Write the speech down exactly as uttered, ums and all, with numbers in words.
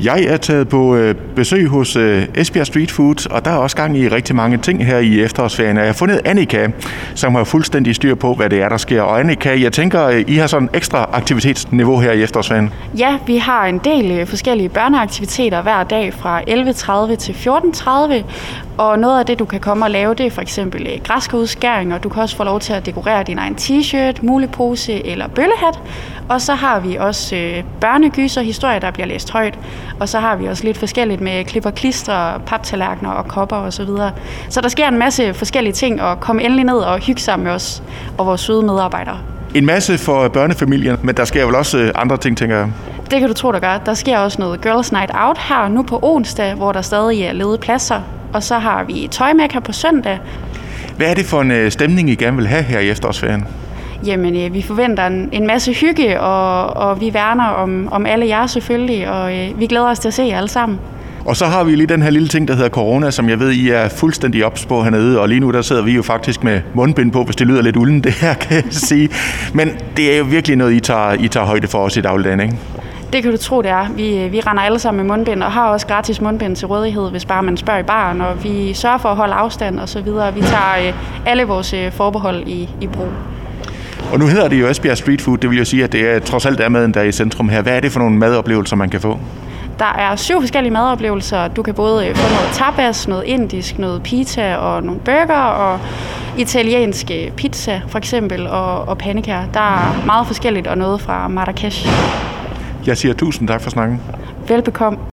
Jeg er taget på øh, besøg hos øh, Esbjerg Street Food, og der er også gang i rigtig mange ting her i efterårsferien. Jeg har fundet Annika, som har fuldstændig styr på, hvad det er, der sker. Og Annika, jeg tænker, I har sådan ekstra aktivitetsniveau her i efterårsferien. Ja, vi har en del forskellige børneaktiviteter hver dag fra elleve tredive til fjorten tredive. Og noget af det, du kan komme og lave, det er for eksempel græskarudskæring, og du kan også få lov til at dekorere din egen t-shirt, mulepose eller bøllehat. Og så har vi også øh, børnegyser, historier, der bliver læst højt. Og så har vi også lidt forskelligt med klipper, klister, paptallerkener og kopper osv. Så, videre. Så der sker en masse forskellige ting, og kom endelig ned og hygge sammen med os og vores søde medarbejdere. En masse for børnefamilien, men der sker vel også andre ting, tænker jeg. Det kan du tro, der gør. Der sker også noget Girls Night Out her nu på onsdag, hvor der stadig er ledige pladser. Og så har vi tøjmækker på søndag. Hvad er det for en stemning, I gerne vil have her i efterårsferien? Jamen, vi forventer en, en masse hygge, og, og vi værner om, om alle jer selvfølgelig, og øh, vi glæder os til at se jer alle sammen. Og så har vi lige den her lille ting, der hedder corona, som jeg ved, I er fuldstændig ops på hernede, og lige nu der sidder vi jo faktisk med mundbind på, hvis det lyder lidt ulden, det her kan jeg sige. Men det er jo virkelig noget, I tager, I tager højde for os i dagligdagen, ikke? Det kan du tro, det er. Vi, vi render alle sammen med mundbind, og har også gratis mundbind til rådighed, hvis bare man spørger i baren, og vi sørger for at holde afstand og så videre. Vi tager øh, alle vores øh, forbehold i, i brug. Og nu hedder det jo Esbjerg Street Food, det vil jo sige, at det er trods alt er maden, der er i centrum her. Hvad er det for nogle madoplevelser, man kan få? Der er syv forskellige madoplevelser. Du kan både få noget tapas, noget indisk, noget pizza og nogle burger og italiensk pizza for eksempel og, og pandekager. Der er meget forskelligt og noget fra Marrakesh. Jeg siger tusind tak for snakken. Velbekomme.